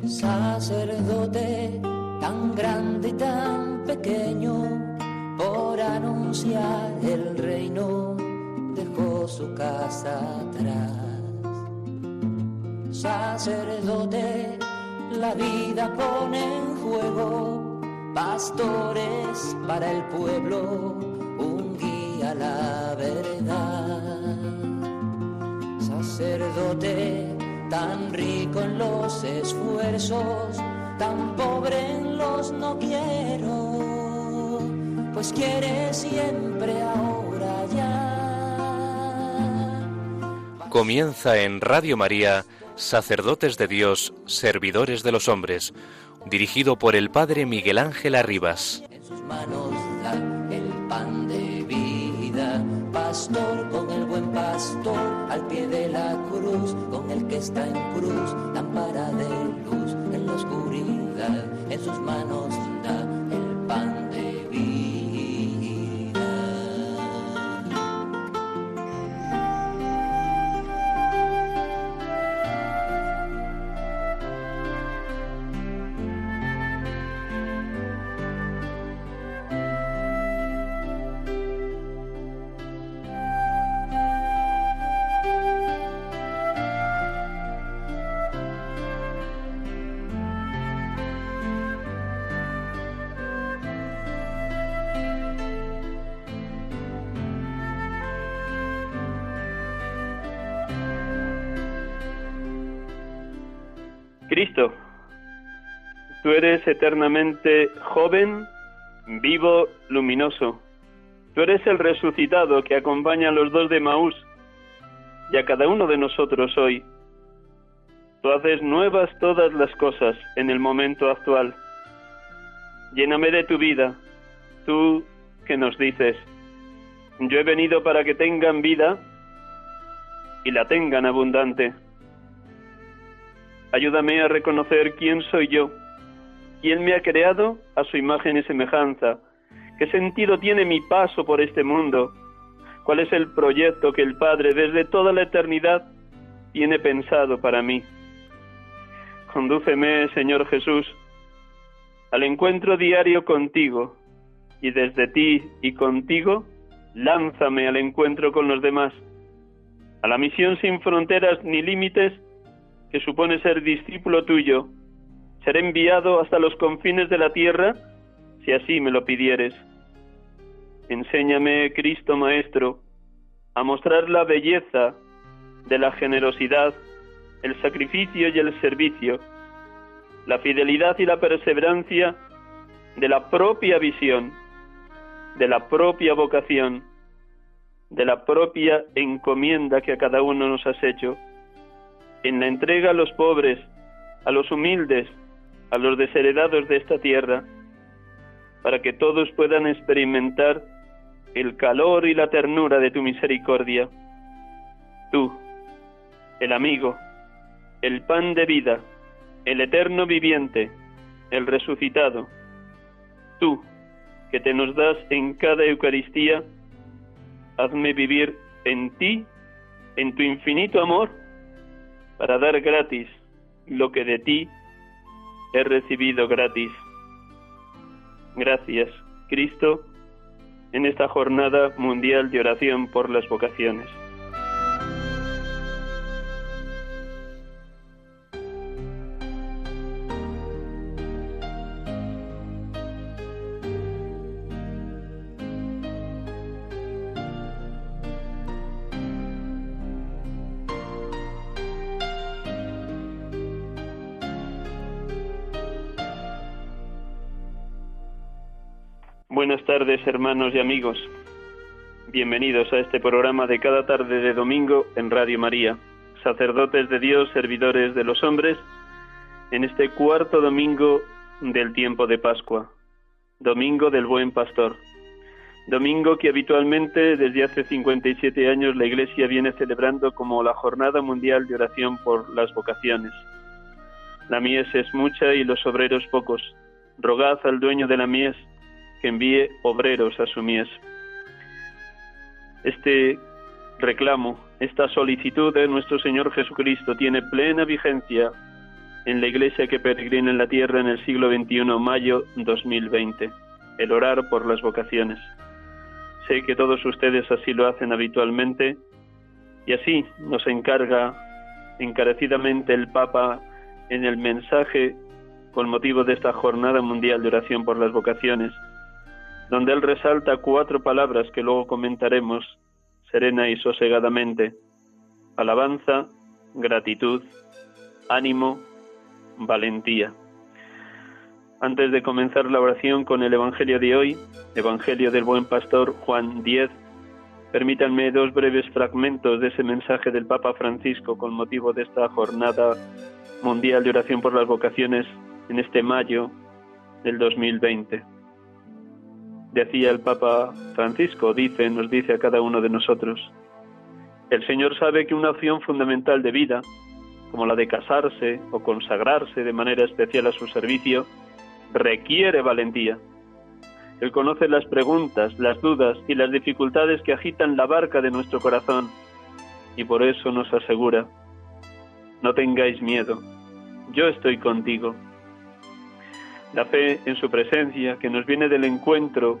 Sacerdote tan grande y tan pequeño, por anunciar el reino, dejó su casa atrás. Sacerdote, la vida pone en juego, pastores para el pueblo, un guía a la verdad. Sacerdote, tan rico en los esfuerzos, tan pobre en los no quiero, pues quiere siempre ahora ya. Comienza en Radio María, Sacerdotes de Dios, Servidores de los Hombres, dirigido por el Padre Miguel Ángel Arribas. En sus manos da el pan de vida, pastor con el buen pastor, al pie de la cruz, con el que está en cruz, lámpara de luz en la oscuridad, en sus manos da el pan de vida. Cristo, tú eres eternamente joven, vivo, luminoso. Tú eres el resucitado que acompaña a los dos de Emaús y a cada uno de nosotros hoy. Tú haces nuevas todas las cosas en el momento actual. Lléname de tu vida, tú que nos dices, yo he venido para que tengan vida y la tengan abundante. Ayúdame a reconocer quién soy yo, quién me ha creado a su imagen y semejanza, qué sentido tiene mi paso por este mundo, cuál es el proyecto que el Padre desde toda la eternidad tiene pensado para mí. Condúceme, Señor Jesús, al encuentro diario contigo, y desde ti y contigo, lánzame al encuentro con los demás, a la misión sin fronteras ni límites que supone ser discípulo tuyo, ser enviado hasta los confines de la tierra, si así me lo pidieres. Enséñame, Cristo Maestro, a mostrar la belleza de la generosidad, el sacrificio y el servicio, la fidelidad y la perseverancia de la propia visión, de la propia vocación, de la propia encomienda que a cada uno nos has hecho, en la entrega a los pobres, a los humildes, a los desheredados de esta tierra, para que todos puedan experimentar el calor y la ternura de tu misericordia. Tú, el amigo, el pan de vida, el eterno viviente, el resucitado, tú, que te nos das en cada Eucaristía, hazme vivir en ti, en tu infinito amor, para dar gratis lo que de ti he recibido gratis. Gracias, Cristo, en esta jornada mundial de oración por las vocaciones. Buenas tardes, hermanos y amigos. Bienvenidos a este programa de cada tarde de domingo en Radio María, Sacerdotes de Dios, Servidores de los Hombres, en este cuarto domingo del tiempo de Pascua, Domingo del Buen Pastor, domingo que habitualmente desde hace 57 años la Iglesia viene celebrando como la Jornada Mundial de Oración por las Vocaciones. La mies es mucha y los obreros pocos. Rogad al dueño de la mies que envíe obreros a su mies. Este reclamo, esta solicitud de nuestro Señor Jesucristo tiene plena vigencia en la Iglesia que peregrina en la tierra en el siglo XXI, mayo 2020, el orar por las vocaciones. Sé que todos ustedes así lo hacen habitualmente y así nos encarga encarecidamente el Papa en el mensaje con motivo de esta Jornada Mundial de Oración por las Vocaciones, donde él resalta 4 palabras que luego comentaremos serena y sosegadamente: alabanza, gratitud, ánimo, valentía. Antes de comenzar la oración con el Evangelio de hoy, Evangelio del Buen Pastor, Juan 10, permítanme 2 breves fragmentos de ese mensaje del Papa Francisco con motivo de esta Jornada Mundial de Oración por las Vocaciones en este mayo del 2020. Decía el Papa Francisco, nos dice a cada uno de nosotros: el Señor sabe que una opción fundamental de vida, como la de casarse o consagrarse de manera especial a su servicio, requiere valentía. Él conoce las preguntas, las dudas y las dificultades que agitan la barca de nuestro corazón, y por eso nos asegura: no tengáis miedo, yo estoy contigo. La fe en su presencia, que nos viene del encuentro,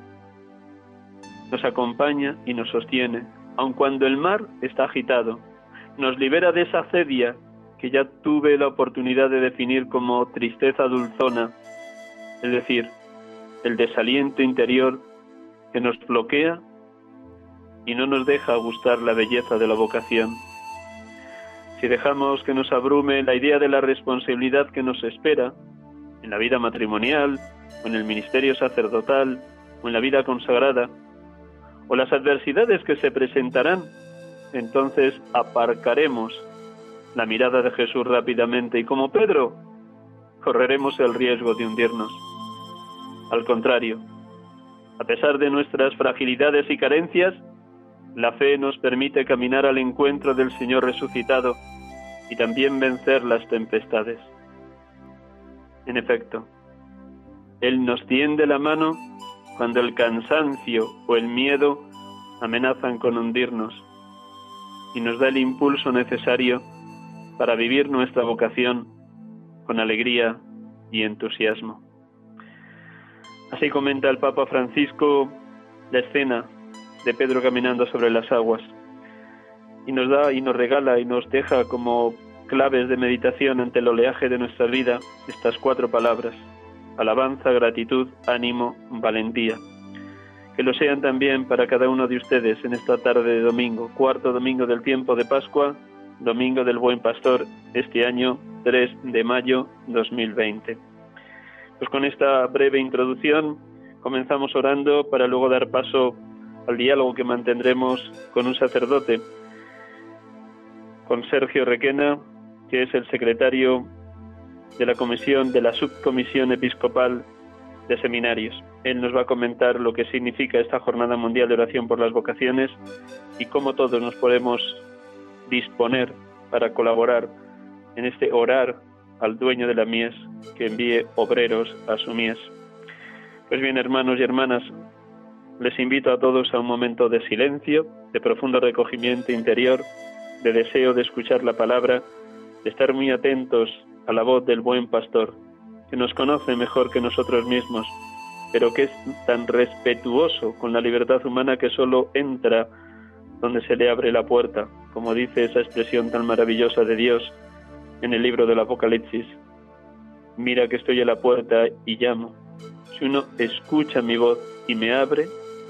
nos acompaña y nos sostiene, aun cuando el mar está agitado. Nos libera de esa sedia que ya tuve la oportunidad de definir como tristeza dulzona, es decir, el desaliento interior que nos bloquea y no nos deja gustar la belleza de la vocación. Si dejamos que nos abrume la idea de la responsabilidad que nos espera en la vida matrimonial, o en el ministerio sacerdotal, o en la vida consagrada, o las adversidades que se presentarán, entonces aparcaremos la mirada de Jesús rápidamente y, como Pedro, correremos el riesgo de hundirnos. Al contrario, a pesar de nuestras fragilidades y carencias, la fe nos permite caminar al encuentro del Señor resucitado y también vencer las tempestades. En efecto, Él nos tiende la mano cuando el cansancio o el miedo amenazan con hundirnos y nos da el impulso necesario para vivir nuestra vocación con alegría y entusiasmo. Así comenta el Papa Francisco la escena de Pedro caminando sobre las aguas y nos da y nos regala y nos deja como claves de meditación ante el oleaje de nuestra vida estas 4 palabras: alabanza, gratitud, ánimo, valentía. Que lo sean también para cada uno de ustedes en esta tarde de domingo, 4º domingo del tiempo de Pascua, domingo del Buen Pastor, este año 3 de mayo 2020. Pues con esta breve introducción comenzamos orando para luego dar paso al diálogo que mantendremos con un sacerdote, con Sergio Requena, que es el secretario de la Subcomisión Episcopal de Seminarios. Él nos va a comentar lo que significa esta Jornada Mundial de Oración por las Vocaciones y cómo todos nos podemos disponer para colaborar en este orar al dueño de la mies, que envíe obreros a su mies. Pues bien, hermanos y hermanas, les invito a todos a un momento de silencio, de profundo recogimiento interior, de deseo de escuchar la palabra, de estar muy atentos a la voz del buen pastor, que nos conoce mejor que nosotros mismos, pero que es tan respetuoso con la libertad humana que solo entra donde se le abre la puerta, como dice esa expresión tan maravillosa de Dios en el libro del Apocalipsis: mira que estoy a la puerta y llamo. Si uno escucha mi voz y me abre,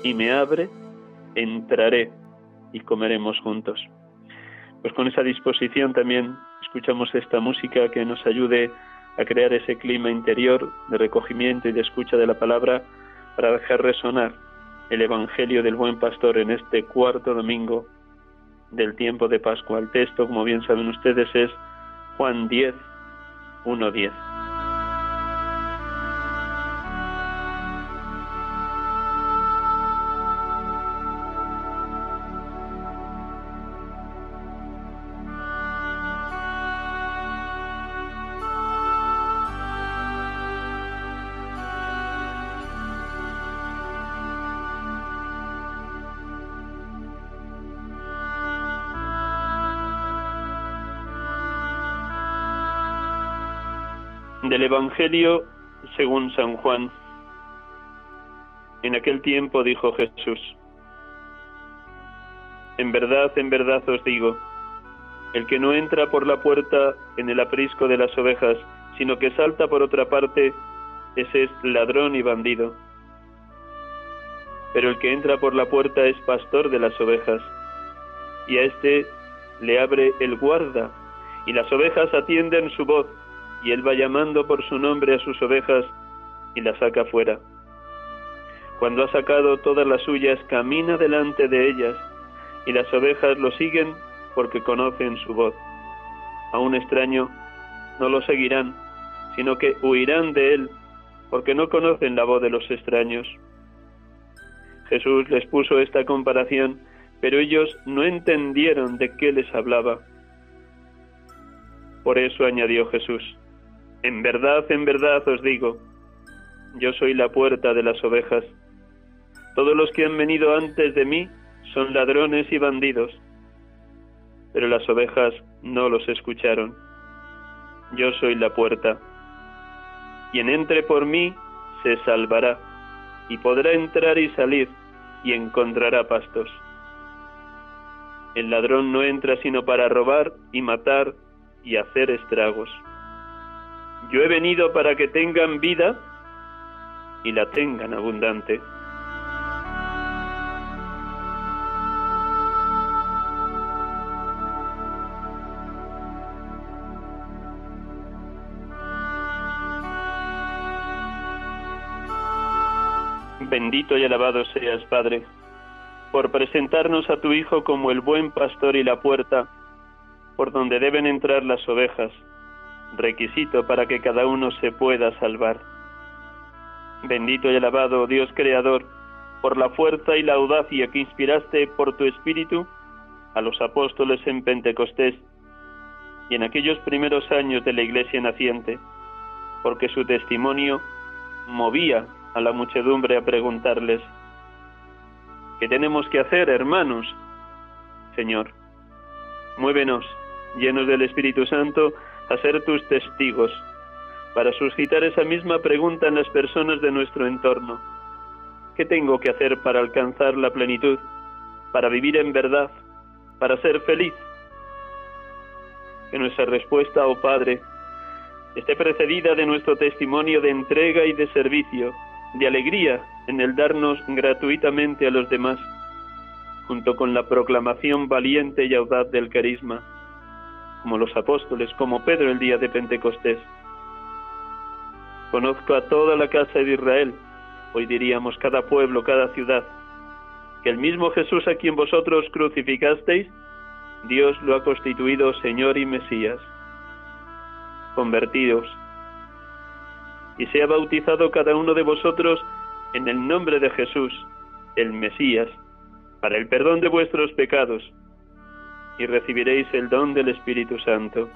entraré y comeremos juntos. Pues con esa disposición también escuchamos esta música que nos ayude a crear ese clima interior de recogimiento y de escucha de la palabra para dejar resonar el Evangelio del Buen Pastor en este 4º domingo del tiempo de Pascua. El texto, como bien saben ustedes, es Juan 10, 1-10. Del Evangelio según San Juan. En aquel tiempo dijo Jesús: en verdad os digo, el que no entra por la puerta en el aprisco de las ovejas, sino que salta por otra parte, ese es ladrón y bandido. Pero el que entra por la puerta es pastor de las ovejas, y a éste le abre el guarda, y las ovejas atienden su voz, y él va llamando por su nombre a sus ovejas, y las saca fuera. Cuando ha sacado todas las suyas, camina delante de ellas, y las ovejas lo siguen porque conocen su voz. A un extraño no lo seguirán, sino que huirán de él, porque no conocen la voz de los extraños. Jesús les puso esta comparación, pero ellos no entendieron de qué les hablaba. Por eso añadió Jesús: en verdad os digo, yo soy la puerta de las ovejas. Todos los que han venido antes de mí son ladrones y bandidos, pero las ovejas no los escucharon. Yo soy la puerta. Quien entre por mí se salvará, y podrá entrar y salir, y encontrará pastos. El ladrón no entra sino para robar y matar y hacer estragos. Yo he venido para que tengan vida y la tengan abundante. Bendito y alabado seas, Padre, por presentarnos a tu Hijo como el buen pastor y la puerta por donde deben entrar las ovejas, requisito para que cada uno se pueda salvar. Bendito y alabado, Dios Creador, por la fuerza y la audacia que inspiraste por tu Espíritu a los apóstoles en Pentecostés y en aquellos primeros años de la Iglesia naciente, porque su testimonio movía a la muchedumbre a preguntarles: ¿qué tenemos que hacer, hermanos? Señor, muévenos, llenos del Espíritu Santo, a ser tus testigos, para suscitar esa misma pregunta en las personas de nuestro entorno. ¿Qué tengo que hacer para alcanzar la plenitud, para vivir en verdad, para ser feliz? Que nuestra respuesta, oh Padre, esté precedida de nuestro testimonio de entrega y de servicio, de alegría en el darnos gratuitamente a los demás, junto con la proclamación valiente y audaz del carisma, como los apóstoles, como Pedro el día de Pentecostés. Conozco a toda la casa de Israel, hoy diríamos cada pueblo, cada ciudad, que el mismo Jesús a quien vosotros crucificasteis, Dios lo ha constituido Señor y Mesías. Convertidos, y sea bautizado cada uno de vosotros en el nombre de Jesús, el Mesías, para el perdón de vuestros pecados, y recibiréis el don del Espíritu Santo.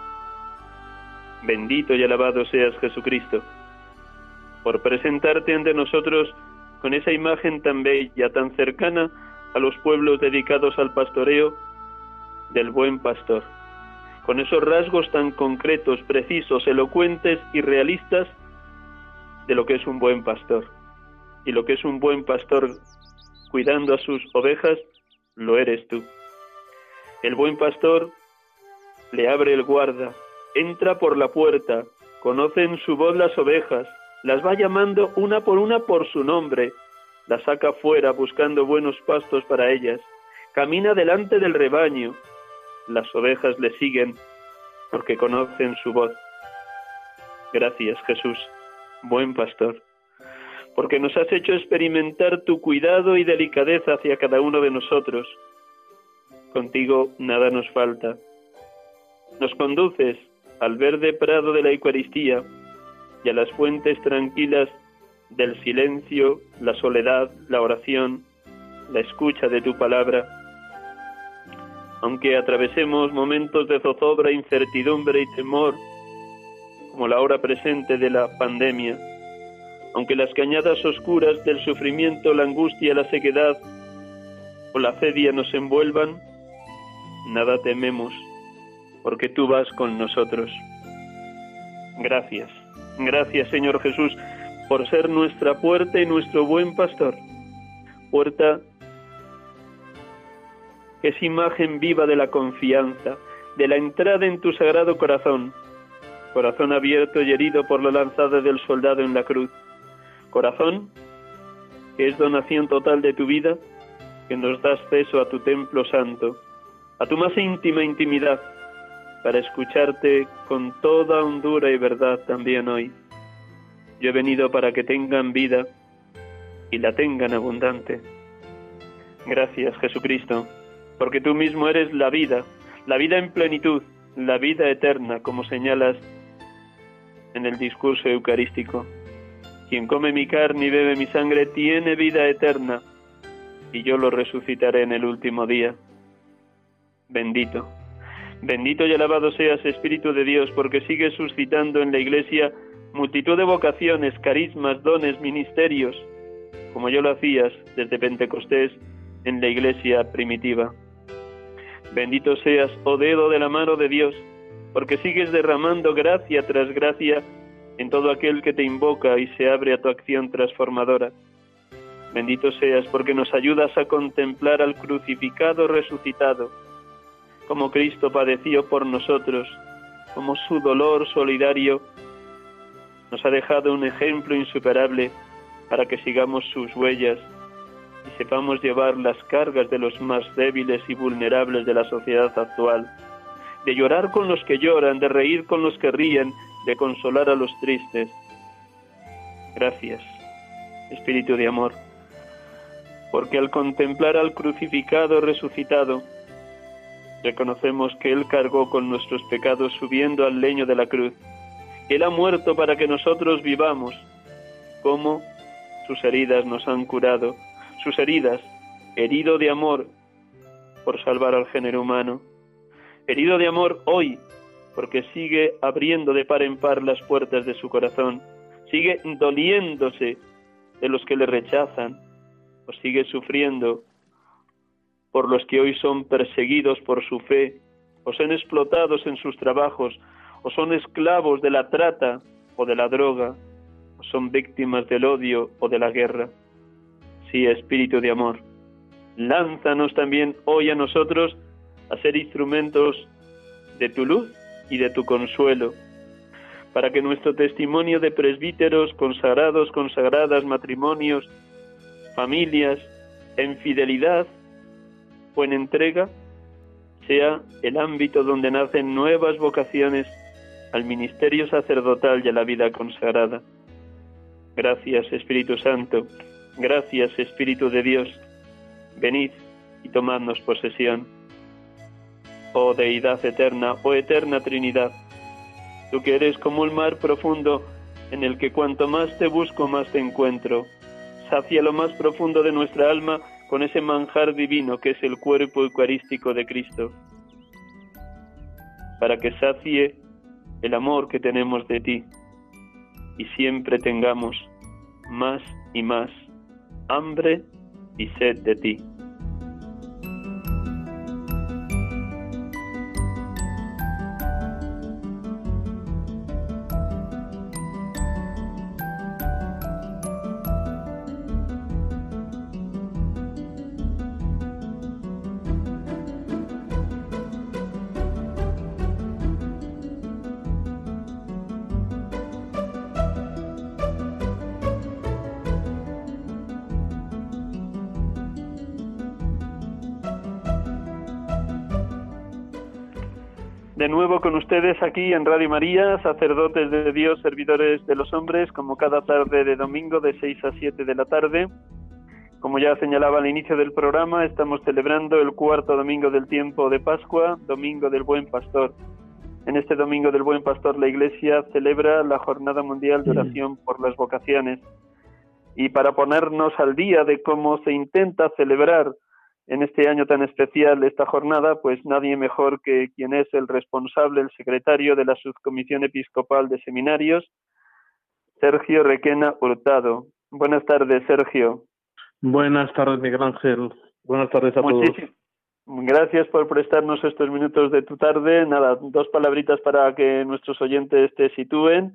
Bendito y alabado seas, Jesucristo, por presentarte ante nosotros con esa imagen tan bella, tan cercana a los pueblos dedicados al pastoreo del buen pastor, con esos rasgos tan concretos, precisos, elocuentes y realistas de lo que es un buen pastor. Y lo que es un buen pastor cuidando a sus ovejas, lo eres tú. El buen pastor le abre el guarda, entra por la puerta, conoce en su voz las ovejas, las va llamando una por su nombre, las saca fuera buscando buenos pastos para ellas, camina delante del rebaño, las ovejas le siguen porque conocen su voz. Gracias, Jesús, buen pastor, porque nos has hecho experimentar tu cuidado y delicadeza hacia cada uno de nosotros. Contigo nada nos falta. Nos conduces al verde prado de la Eucaristía y a las fuentes tranquilas del silencio, la soledad, la oración, la escucha de tu palabra. Aunque atravesemos momentos de zozobra, incertidumbre y temor, como la hora presente de la pandemia, aunque las cañadas oscuras del sufrimiento, la angustia, la sequedad o la acedia nos envuelvan, nada tememos, porque tú vas con nosotros. Gracias. Gracias, Señor Jesús, por ser nuestra puerta y nuestro buen pastor. Puerta que es imagen viva de la confianza, de la entrada en tu sagrado corazón. Corazón abierto y herido por la lanzada del soldado en la cruz. Corazón que es donación total de tu vida, que nos da acceso a tu templo santo, a tu más íntima intimidad, para escucharte con toda hondura y verdad también hoy. Yo he venido para que tengan vida y la tengan abundante. Gracias, Jesucristo, porque tú mismo eres la vida en plenitud, la vida eterna, como señalas en el discurso eucarístico. Quien come mi carne y bebe mi sangre tiene vida eterna, y yo lo resucitaré en el último día. Bendito, bendito y alabado seas, Espíritu de Dios, porque sigues suscitando en la Iglesia multitud de vocaciones, carismas, dones, ministerios, como yo lo hacías desde Pentecostés en la Iglesia primitiva. Bendito seas, oh dedo de la mano de Dios, porque sigues derramando gracia tras gracia en todo aquel que te invoca y se abre a tu acción transformadora. Bendito seas, porque nos ayudas a contemplar al crucificado resucitado, como Cristo padeció por nosotros, como su dolor solidario nos ha dejado un ejemplo insuperable para que sigamos sus huellas y sepamos llevar las cargas de los más débiles y vulnerables de la sociedad actual, de llorar con los que lloran, de reír con los que ríen, de consolar a los tristes. Gracias, Espíritu de amor, porque al contemplar al crucificado resucitado, reconocemos que Él cargó con nuestros pecados subiendo al leño de la cruz. Él ha muerto para que nosotros vivamos, como sus heridas nos han curado, sus heridas, herido de amor por salvar al género humano, herido de amor hoy, porque sigue abriendo de par en par las puertas de su corazón, sigue doliéndose de los que le rechazan, o sigue sufriendo por los que hoy son perseguidos por su fe, o son explotados en sus trabajos, o son esclavos de la trata o de la droga, o son víctimas del odio o de la guerra. Sí, Espíritu de amor, lánzanos también hoy a nosotros a ser instrumentos de tu luz y de tu consuelo, para que nuestro testimonio de presbíteros, consagrados, consagradas, matrimonios, familias, en fidelidad o en entrega, sea el ámbito donde nacen nuevas vocaciones al ministerio sacerdotal y a la vida consagrada. Gracias, Espíritu Santo, gracias, Espíritu de Dios, venid y tomadnos posesión. Oh Deidad eterna, oh eterna Trinidad, tú que eres como un mar profundo en el que cuanto más te busco, más te encuentro, sacia lo más profundo de nuestra alma con ese manjar divino que es el cuerpo eucarístico de Cristo, para que sacie el amor que tenemos de ti y siempre tengamos más y más hambre y sed de ti. De nuevo con ustedes aquí en Radio María, sacerdotes de Dios, servidores de los hombres, como cada tarde de domingo de 6 a 7 de la tarde. Como ya señalaba al inicio del programa, estamos celebrando el cuarto domingo del tiempo de Pascua, Domingo del Buen Pastor. En este Domingo del Buen Pastor la Iglesia celebra la Jornada Mundial de Oración por las Vocaciones. Y para ponernos al día de cómo se intenta celebrar en este año tan especial esta jornada, pues nadie mejor que quien es el responsable, el secretario de la Subcomisión Episcopal de Seminarios, Sergio Requena Hurtado. Buenas tardes, Sergio. Buenas tardes, Miguel Ángel. Buenas tardes a todos. Gracias por prestarnos estos minutos de tu tarde. Nada, dos palabritas para que nuestros oyentes te sitúen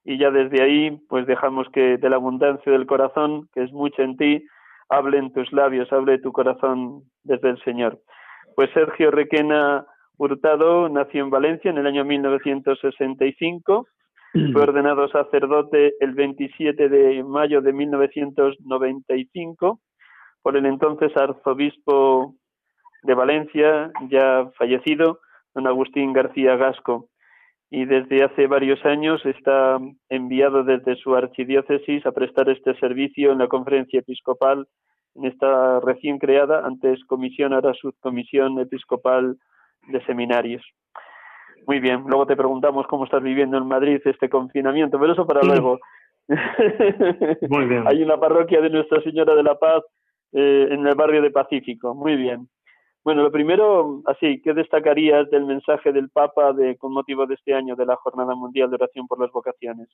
y ya desde ahí pues dejamos que de la abundancia del corazón, que es mucho en ti, hable en tus labios, hable tu corazón desde el Señor. Pues Sergio Requena Hurtado nació en Valencia en el año 1965, fue ordenado sacerdote el 27 de mayo de 1995 por el entonces arzobispo de Valencia, ya fallecido, don Agustín García Gasco, y desde hace varios años está enviado desde su archidiócesis a prestar este servicio en la Conferencia Episcopal, en esta recién creada, antes comisión, ahora subcomisión episcopal de seminarios. Muy bien, luego te preguntamos cómo estás viviendo en Madrid este confinamiento, pero eso para luego. Muy bien. Hay una parroquia de Nuestra Señora de la Paz en el barrio de Pacífico. Muy bien. Bueno, lo primero, así, ¿qué destacarías del mensaje del Papa con motivo de este año de la Jornada Mundial de Oración por las Vocaciones?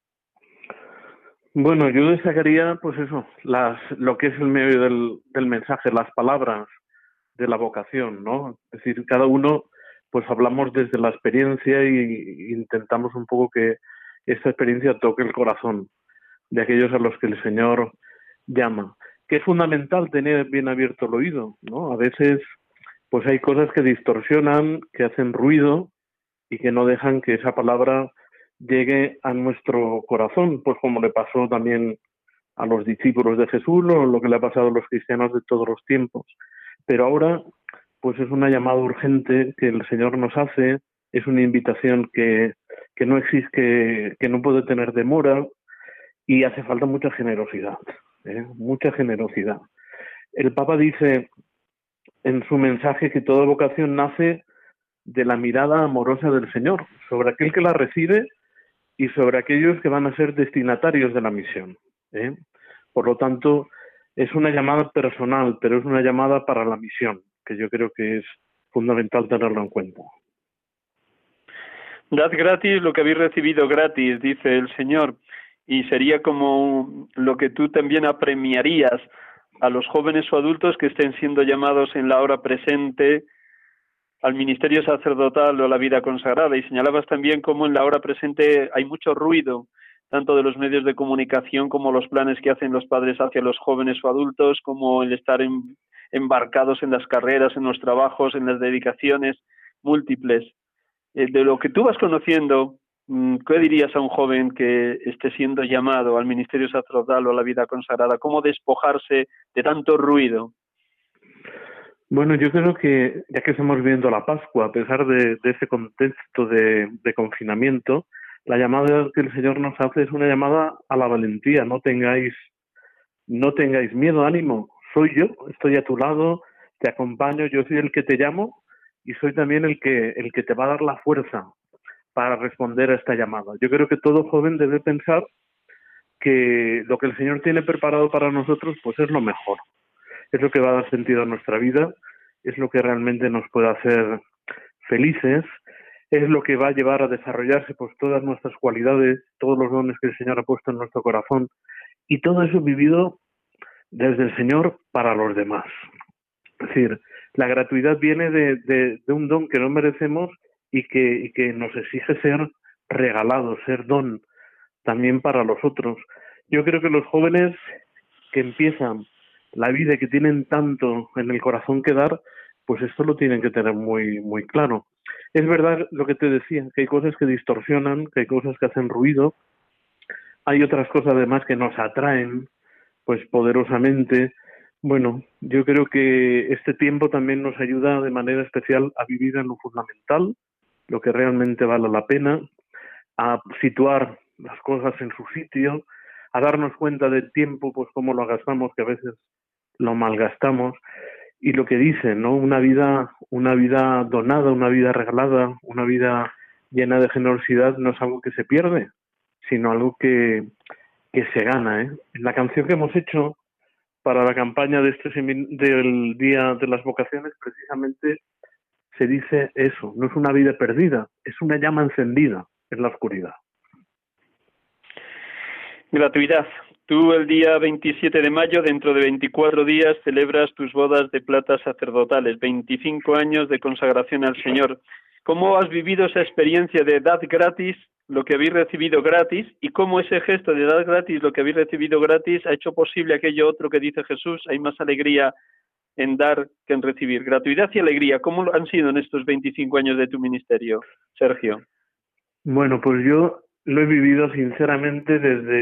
Bueno, yo destacaría, pues eso, lo que es el medio del mensaje, las palabras de la vocación, ¿no? Es decir, cada uno pues hablamos desde la experiencia y intentamos un poco que esta experiencia toque el corazón de aquellos a los que el Señor llama. Que es fundamental tener bien abierto el oído, ¿no? A veces pues hay cosas que distorsionan, que hacen ruido y que no dejan que esa palabra llegue a nuestro corazón, pues como le pasó también a los discípulos de Jesús o lo que le ha pasado a los cristianos de todos los tiempos. Pero ahora pues es una llamada urgente que el Señor nos hace, es una invitación que no existe, que no puede tener demora, y hace falta mucha generosidad, mucha generosidad. El Papa dice en su mensaje que toda vocación nace de la mirada amorosa del Señor sobre aquel que la recibe y sobre aquellos que van a ser destinatarios de la misión. Por lo tanto, es una llamada personal, pero es una llamada para la misión, que yo creo que es fundamental tenerlo en cuenta. Dad gratis lo que habéis recibido gratis, dice el Señor, y sería como lo que tú también apremiarías a los jóvenes o adultos que estén siendo llamados en la hora presente al ministerio sacerdotal o a la vida consagrada. Y señalabas también cómo en la hora presente hay mucho ruido, tanto de los medios de comunicación como los planes que hacen los padres hacia los jóvenes o adultos, como el estar embarcados en las carreras, en los trabajos, en las dedicaciones múltiples. De lo que tú vas conociendo, ¿qué dirías a un joven que esté siendo llamado al ministerio sacerdotal o a la vida consagrada? ¿Cómo despojarse de tanto ruido? Bueno, yo creo que ya que estamos viviendo la Pascua, a pesar de ese contexto de confinamiento, la llamada que el Señor nos hace es una llamada a la valentía. No tengáis miedo, ánimo. Soy yo, estoy a tu lado, te acompaño, yo soy el que te llamo y soy también el que te va a dar la fuerza para responder a esta llamada. Yo creo que todo joven debe pensar que lo que el Señor tiene preparado para nosotros pues es lo mejor. Es lo que va a dar sentido a nuestra vida, es lo que realmente nos puede hacer felices, es lo que va a llevar a desarrollarse pues todas nuestras cualidades, todos los dones que el Señor ha puesto en nuestro corazón, y todo eso vivido desde el Señor para los demás. Es decir, la gratuidad viene de un don que no merecemos y que nos exige ser regalados, ser don también para los otros. Yo creo que los jóvenes que empiezan la vida y que tienen tanto en el corazón que dar, pues esto lo tienen que tener muy, muy claro. Es verdad lo que te decía, que hay cosas que distorsionan, que hay cosas que hacen ruido, hay otras cosas además que nos atraen pues poderosamente. Bueno, yo creo que este tiempo también nos ayuda de manera especial a vivir en lo fundamental, lo que realmente vale la pena, a situar las cosas en su sitio, a darnos cuenta del tiempo, pues cómo lo gastamos, que a veces lo malgastamos, y lo que dicen, ¿no? Una vida donada, una vida regalada, una vida llena de generosidad no es algo que se pierde, sino algo que se gana, En la canción que hemos hecho para la campaña del Día de las Vocaciones, precisamente se dice eso, no es una vida perdida, es una llama encendida en la oscuridad. Gratuidad. Tú el día 27 de mayo, dentro de 24 días, celebras tus bodas de plata sacerdotales, 25 años de consagración al Señor. ¿Cómo has vivido esa experiencia de dar gratis lo que habéis recibido gratis y cómo ese gesto de dar gratis lo que habéis recibido gratis ha hecho posible aquello otro que dice Jesús? Hay más alegría en dar que en recibir. Gratuidad y alegría, ¿cómo han sido en estos 25 años de tu ministerio, Sergio? Bueno, pues yo lo he vivido sinceramente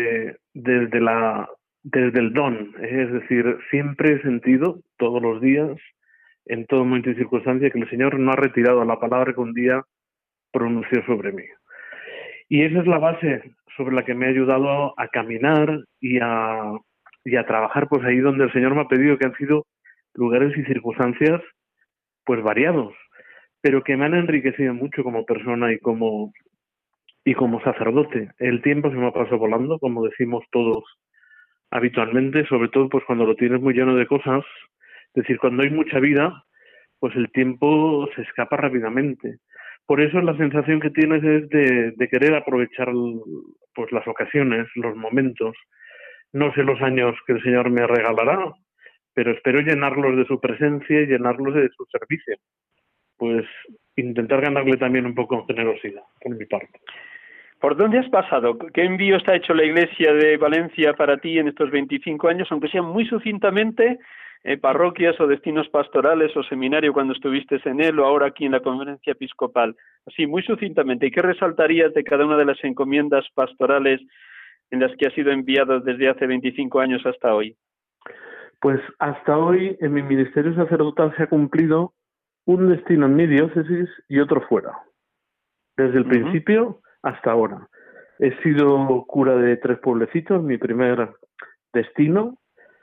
desde el don, es decir, siempre he sentido todos los días, en todo momento y circunstancia, que el Señor no ha retirado la palabra que un día pronunció sobre mí. Y esa es la base sobre la que me ha ayudado a caminar y a trabajar pues ahí donde el Señor me ha pedido, que han sido lugares y circunstancias pues variados, pero que me han enriquecido mucho como persona y como sacerdote. El tiempo se me ha pasado volando, como decimos todos habitualmente, sobre todo pues cuando lo tienes muy lleno de cosas. Es decir, cuando hay mucha vida, pues el tiempo se escapa rápidamente. Por eso la sensación que tienes es de querer aprovechar pues las ocasiones, los momentos. No sé los años que el Señor me regalará, pero espero llenarlos de su presencia y llenarlos de su servicio. Pues intentar ganarle también un poco en generosidad, por mi parte. ¿Por dónde has pasado? ¿Qué envíos te ha hecho la Iglesia de Valencia para ti en estos 25 años, aunque sean muy sucintamente, parroquias o destinos pastorales o seminario cuando estuviste en él o ahora aquí en la Conferencia Episcopal? Así, muy sucintamente. ¿Y qué resaltarías de cada una de las encomiendas pastorales en las que has sido enviado desde hace 25 años hasta hoy? Pues hasta hoy en mi ministerio sacerdotal se ha cumplido un destino en mi diócesis y otro fuera. Desde el principio hasta ahora. He sido cura de 3 pueblecitos, mi primer destino.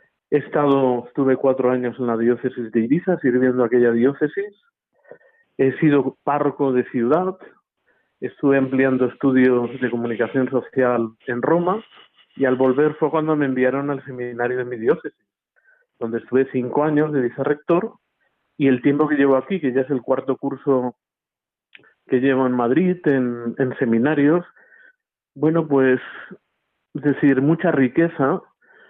Estuve 4 años en la diócesis de Ibiza, sirviendo aquella diócesis. He sido párroco de ciudad. Estuve ampliando estudios de comunicación social en Roma y al volver fue cuando me enviaron al seminario de mi diócesis, donde estuve 5 años de vicerrector, y el tiempo que llevo aquí, que ya es el 4º curso que llevo en Madrid, en seminarios, bueno, pues, es decir, mucha riqueza,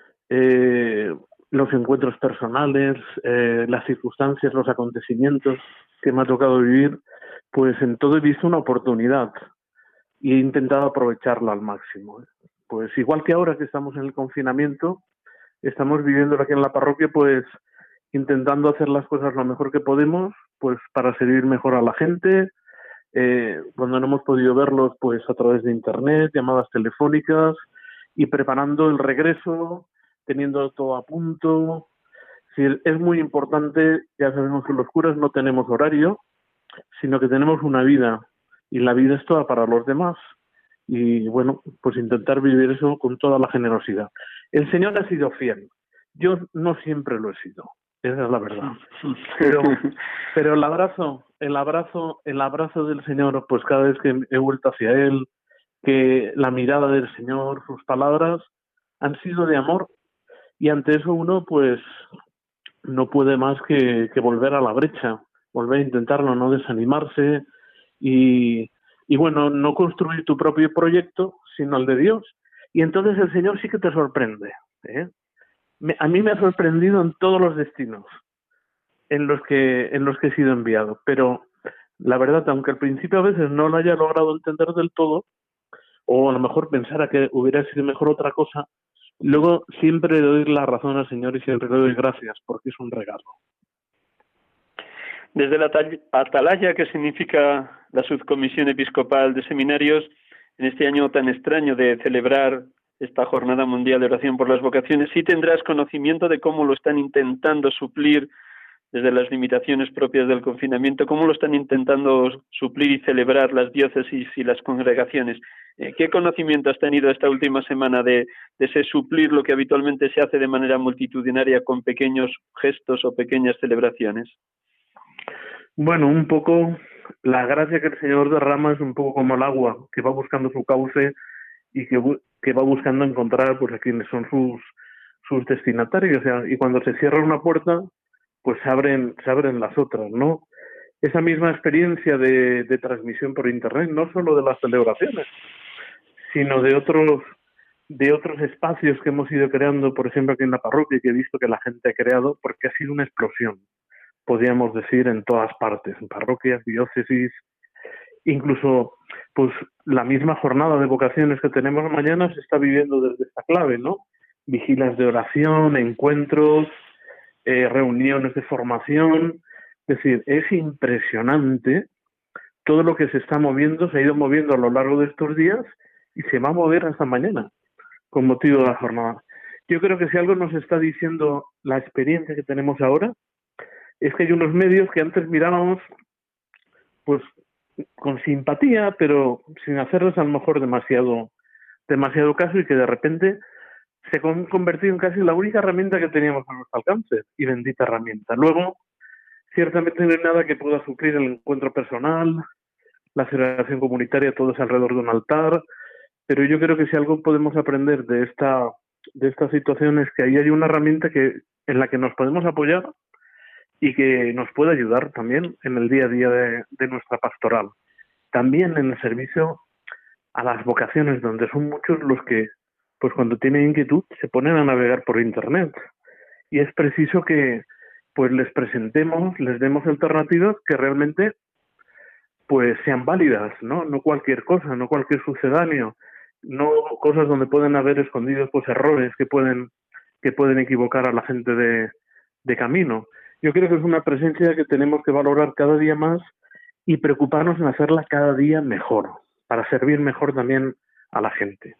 los encuentros personales, las circunstancias, los acontecimientos que me ha tocado vivir, pues en todo he visto una oportunidad y he intentado aprovecharla al máximo. Pues igual que ahora que estamos en el confinamiento, estamos viviendo aquí en la parroquia, pues intentando hacer las cosas lo mejor que podemos, pues para servir mejor a la gente. Cuando no hemos podido verlos, pues a través de internet, llamadas telefónicas, y preparando el regreso, teniendo todo a punto. Sí, es muy importante, ya sabemos que los curas no tenemos horario, sino que tenemos una vida, y la vida es toda para los demás. Y bueno, pues intentar vivir eso con toda la generosidad. El Señor ha sido fiel. Yo no siempre lo he sido, esa es la verdad. Pero el abrazo del Señor, pues cada vez que he vuelto hacia Él, que la mirada del Señor, sus palabras, han sido de amor, y ante eso uno pues no puede más que volver a la brecha, volver a intentarlo, no desanimarse y bueno, no construir tu propio proyecto, sino el de Dios. Y entonces el Señor sí que te sorprende, ¿eh? A mí me ha sorprendido en todos los destinos en los que he sido enviado, pero la verdad, aunque al principio a veces no lo haya logrado entender del todo, o a lo mejor pensara que hubiera sido mejor otra cosa, luego siempre le doy la razón al Señor y siempre le doy gracias, porque es un regalo. Desde la Atalaya, que significa la Subcomisión Episcopal de Seminarios, en este año tan extraño de celebrar esta Jornada Mundial de Oración por las Vocaciones, sí tendrás conocimiento de cómo lo están intentando suplir desde las limitaciones propias del confinamiento, cómo lo están intentando suplir y celebrar las diócesis y las congregaciones. ¿Qué conocimiento has tenido esta última semana de ese suplir lo que habitualmente se hace de manera multitudinaria con pequeños gestos o pequeñas celebraciones? Bueno, un poco la gracia que el Señor derrama es un poco como el agua, que va buscando su cauce y que va buscando encontrar pues a quienes son sus destinatarios. O sea, y cuando se cierra una puerta, pues se abren las otras, ¿no? Esa misma experiencia de transmisión por internet, no solo de las celebraciones, sino de otros espacios que hemos ido creando, por ejemplo aquí en la parroquia, que he visto que la gente ha creado, porque ha sido una explosión, podríamos decir, en todas partes, en parroquias, diócesis, Incluso, pues la misma jornada de vocaciones que tenemos mañana se está viviendo desde esta clave, ¿no? Vigilas de oración, encuentros, reuniones de formación. Es decir, es impresionante todo lo que se está moviendo, se ha ido moviendo a lo largo de estos días y se va a mover hasta mañana con motivo de la jornada. Yo creo que si algo nos está diciendo la experiencia que tenemos ahora, es que hay unos medios que antes mirábamos pues con simpatía, pero sin hacerles a lo mejor demasiado caso, y que de repente se han convertido en casi la única herramienta que teníamos a nuestro alcance, y bendita herramienta. Luego, ciertamente no hay nada que pueda suplir el encuentro personal, la celebración comunitaria, todo es alrededor de un altar, pero yo creo que si algo podemos aprender de esta situación es que ahí hay una herramienta en la que nos podemos apoyar y que nos puede ayudar también en el día a día de nuestra pastoral. También en el servicio a las vocaciones, donde son muchos los que, pues cuando tienen inquietud, se ponen a navegar por Internet. Y es preciso que pues les presentemos, les demos alternativas que realmente pues sean válidas, ¿no? No cualquier cosa, no cualquier sucedáneo, no cosas donde pueden haber escondidos pues errores que pueden equivocar a la gente de camino. Yo creo que es una presencia que tenemos que valorar cada día más y preocuparnos en hacerla cada día mejor, para servir mejor también a la gente.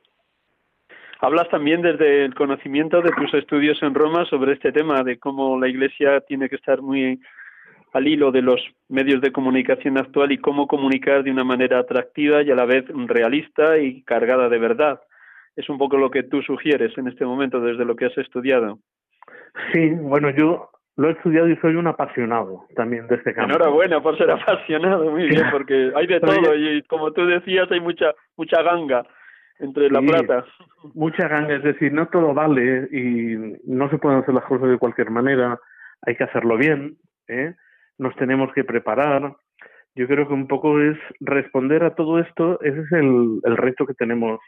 Hablas también desde el conocimiento de tus estudios en Roma sobre este tema, de cómo la Iglesia tiene que estar muy al hilo de los medios de comunicación actual y cómo comunicar de una manera atractiva y a la vez realista y cargada de verdad. Es un poco lo que tú sugieres en este momento desde lo que has estudiado. Sí, bueno, yo lo he estudiado y soy un apasionado también de este campo. Enhorabuena por ser apasionado, muy bien, porque hay de todo y como tú decías hay mucha ganga entre la plata. Mucha ganga, es decir, no todo vale y no se pueden hacer las cosas de cualquier manera, hay que hacerlo bien, nos tenemos que preparar. Yo creo que un poco es responder a todo esto, ese es el reto que tenemos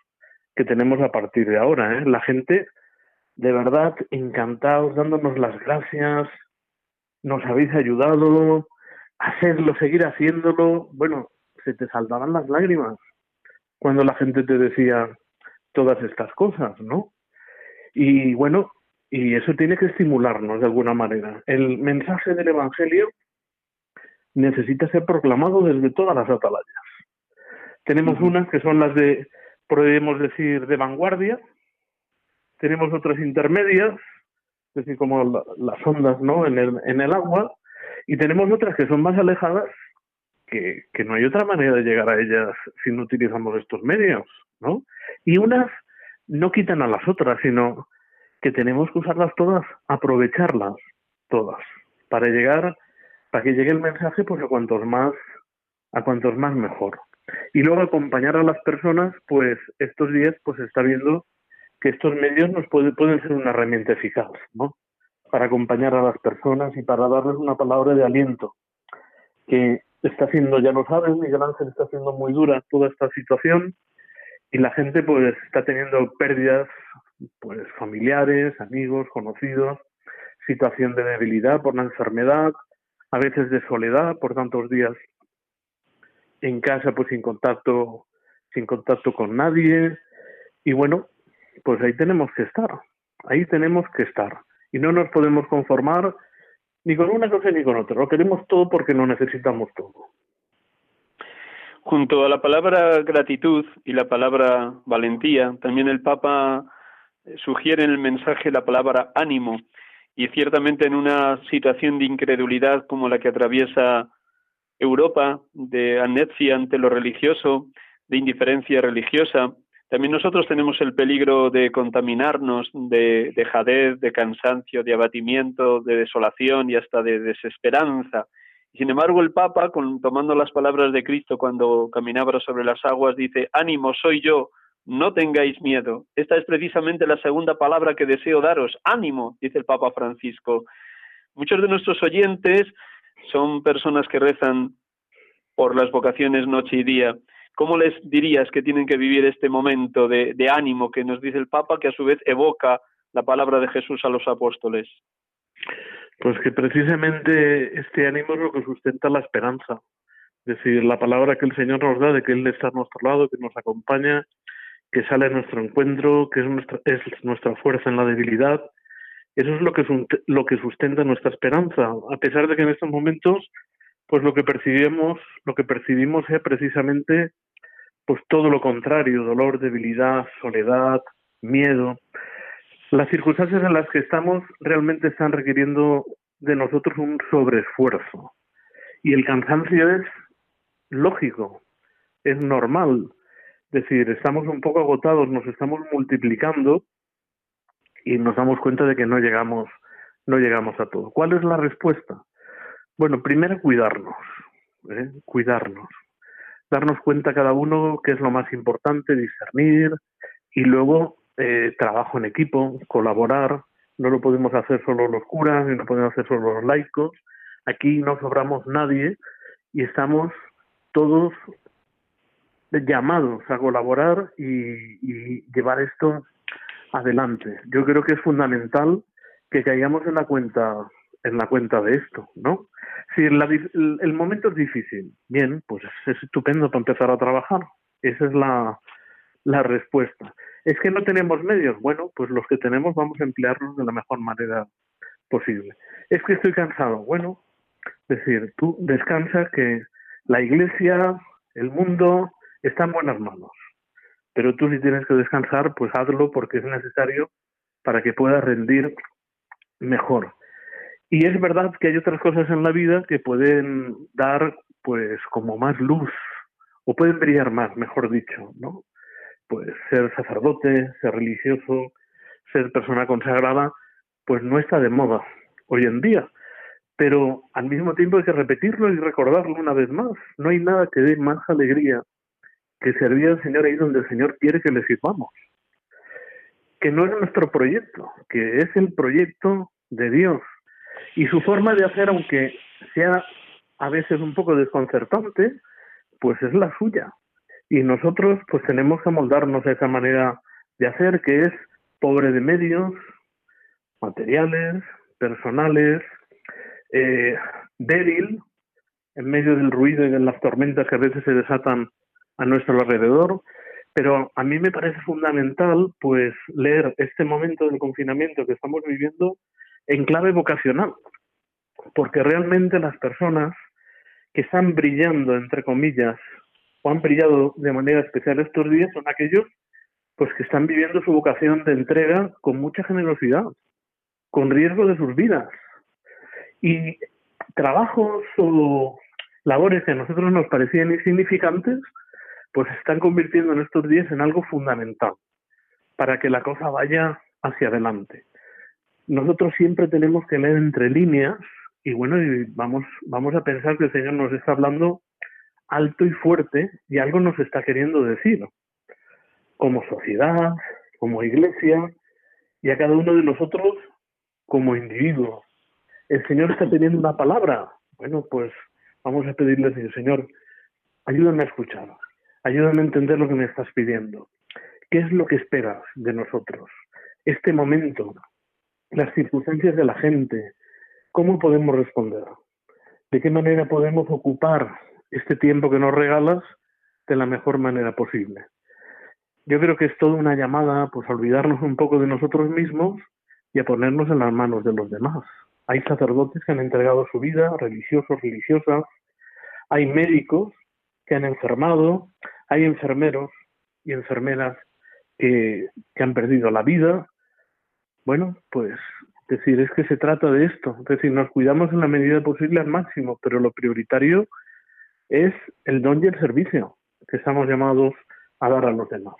a partir de ahora, La gente, de verdad, encantados, dándonos las gracias, nos habéis ayudado, hacerlo, seguir haciéndolo. Bueno, se te saltaban las lágrimas cuando la gente te decía todas estas cosas, ¿no? Y bueno, y eso tiene que estimularnos de alguna manera. El mensaje del Evangelio necesita ser proclamado desde todas las atalayas. Tenemos unas que son las podemos decir, de vanguardia, tenemos otras intermedias, es decir, como las ondas, ¿no?, en el agua, y tenemos otras que son más alejadas, que no hay otra manera de llegar a ellas si no utilizamos estos medios, ¿no? Y unas no quitan a las otras, sino que tenemos que usarlas todas, aprovecharlas todas, para que llegue el mensaje pues a cuantos más mejor. Y luego acompañar a las personas, pues estos días pues se está viendo que estos medios nos pueden ser una herramienta eficaz, ¿no?, para acompañar a las personas y para darles una palabra de aliento, que está siendo, ya lo sabes, Miguel Ángel, está siendo muy dura toda esta situación y la gente pues está teniendo pérdidas pues familiares, amigos, conocidos, situación de debilidad por la enfermedad, a veces de soledad por tantos días en casa pues sin contacto con nadie. Y bueno, pues ahí tenemos que estar y no nos podemos conformar ni con una cosa ni con otra. Lo queremos todo porque lo necesitamos todo. Junto a la palabra gratitud y la palabra valentía, también el Papa sugiere en el mensaje la palabra ánimo, y ciertamente en una situación de incredulidad como la que atraviesa Europa, de anesia ante lo religioso, de indiferencia religiosa, también nosotros tenemos el peligro de contaminarnos de dejadez, de cansancio, de abatimiento, de desolación y hasta de desesperanza. Y sin embargo el Papa, tomando las palabras de Cristo cuando caminaba sobre las aguas, dice: ánimo, soy yo, no tengáis miedo. Esta es precisamente la segunda palabra que deseo daros, ánimo, dice el Papa Francisco. Muchos de nuestros oyentes son personas que rezan por las vocaciones noche y día. ¿Cómo les dirías que tienen que vivir este momento de ánimo que nos dice el Papa, que a su vez evoca la palabra de Jesús a los apóstoles? Pues que precisamente este ánimo es lo que sustenta la esperanza. Es decir, la palabra que el Señor nos da de que Él está a nuestro lado, que nos acompaña, que sale a nuestro encuentro, que es nuestra fuerza en la debilidad. Eso es lo que sustenta nuestra esperanza, a pesar de que en estos momentos, pues lo que percibimos es precisamente pues todo lo contrario: dolor, debilidad, soledad, miedo. Las circunstancias en las que estamos realmente están requiriendo de nosotros un sobreesfuerzo. Y el cansancio es lógico, es normal. Es decir, estamos un poco agotados, nos estamos multiplicando y nos damos cuenta de que no llegamos a todo. ¿Cuál es la respuesta? Bueno, primero cuidarnos, cuidarnos. Darnos cuenta cada uno qué es lo más importante, discernir, y luego trabajo en equipo, colaborar. No lo podemos hacer solo los curas, ni lo podemos hacer solo los laicos. Aquí no sobramos nadie y estamos todos llamados a colaborar y llevar esto adelante. Yo creo que es fundamental que caigamos en la cuenta de esto, ¿no? Si el momento es difícil, bien, pues es estupendo para empezar a trabajar. Esa es la respuesta. ¿Es que no tenemos medios? Bueno, pues los que tenemos vamos a emplearlos de la mejor manera posible. ¿Es que estoy cansado? Bueno, es decir, tú descansa, que la Iglesia, el mundo, está en buenas manos. Pero tú, si tienes que descansar, pues hazlo, porque es necesario para que puedas rendir mejor. Y es verdad que hay otras cosas en la vida que pueden dar, pues, como más luz, o pueden brillar más, mejor dicho, ¿no? Pues ser sacerdote, ser religioso, ser persona consagrada, pues no está de moda hoy en día. Pero al mismo tiempo hay que repetirlo y recordarlo una vez más. No hay nada que dé más alegría que servir al Señor ahí donde el Señor quiere que le sirvamos. Que no es nuestro proyecto, que es el proyecto de Dios. Y su forma de hacer, aunque sea a veces un poco desconcertante, pues es la suya. Y nosotros pues tenemos que amoldarnos a esa manera de hacer, que es pobre de medios materiales, personales, débil en medio del ruido y de las tormentas que a veces se desatan a nuestro alrededor. Pero a mí me parece fundamental pues leer este momento del confinamiento que estamos viviendo en clave vocacional, porque realmente las personas que están brillando, entre comillas, o han brillado de manera especial estos días, son aquellos pues que están viviendo su vocación de entrega con mucha generosidad, con riesgo de sus vidas. Y trabajos o labores que a nosotros nos parecían insignificantes, pues se están convirtiendo en estos días en algo fundamental para que la cosa vaya hacia adelante. Nosotros siempre tenemos que leer entre líneas y bueno, y vamos a pensar que el Señor nos está hablando alto y fuerte y algo nos está queriendo decir, como sociedad, como iglesia y a cada uno de nosotros como individuos. El Señor está teniendo una palabra. Bueno, pues vamos a pedirle, Señor, ayúdame a escuchar, ayúdame a entender lo que me estás pidiendo. ¿Qué es lo que esperas de nosotros? Este momento, las circunstancias de la gente, ¿cómo podemos responder? ¿De qué manera podemos ocupar este tiempo que nos regalas de la mejor manera posible? Yo creo que es toda una llamada pues, a olvidarnos un poco de nosotros mismos y a ponernos en las manos de los demás. Hay sacerdotes que han entregado su vida, religiosos, religiosas, hay médicos que han enfermado, hay enfermeros y enfermeras que han perdido la vida. Bueno, pues decir, es que se trata de esto, es decir, nos cuidamos en la medida posible al máximo, pero lo prioritario es el don y el servicio que estamos llamados a dar a los demás.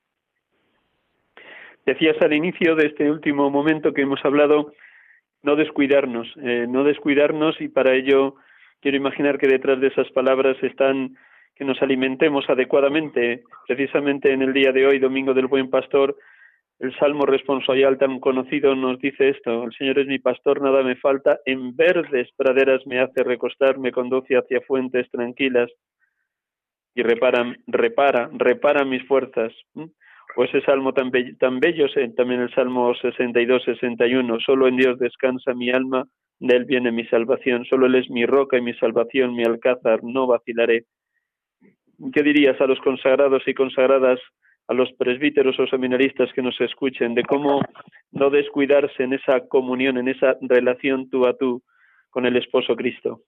Decías al inicio de este último momento que hemos hablado, no descuidarnos, y para ello quiero imaginar que detrás de esas palabras están que nos alimentemos adecuadamente. Precisamente en el día de hoy, Domingo del Buen Pastor, el Salmo responsorial tan conocido nos dice esto: el Señor es mi pastor, nada me falta, en verdes praderas me hace recostar, me conduce hacia fuentes tranquilas y repara mis fuerzas. O ese salmo tan bello, también el Salmo 62-61, solo en Dios descansa mi alma, de Él viene mi salvación, solo Él es mi roca y mi salvación, mi alcázar, no vacilaré. ¿Qué dirías a los consagrados y consagradas, a los presbíteros o seminaristas que nos escuchen, de cómo no descuidarse en esa comunión, en esa relación tú a tú con el esposo Cristo?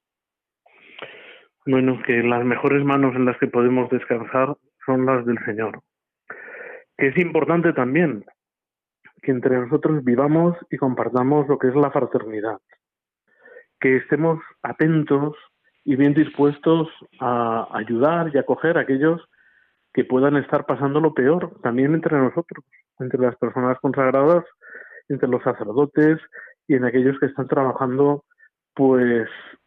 Bueno, que las mejores manos en las que podemos descansar son las del Señor. Que es importante también que entre nosotros vivamos y compartamos lo que es la fraternidad. Que estemos atentos y bien dispuestos a ayudar y acoger a aquellos que puedan estar pasando lo peor, también entre nosotros, entre las personas consagradas, entre los sacerdotes y en aquellos que están trabajando pues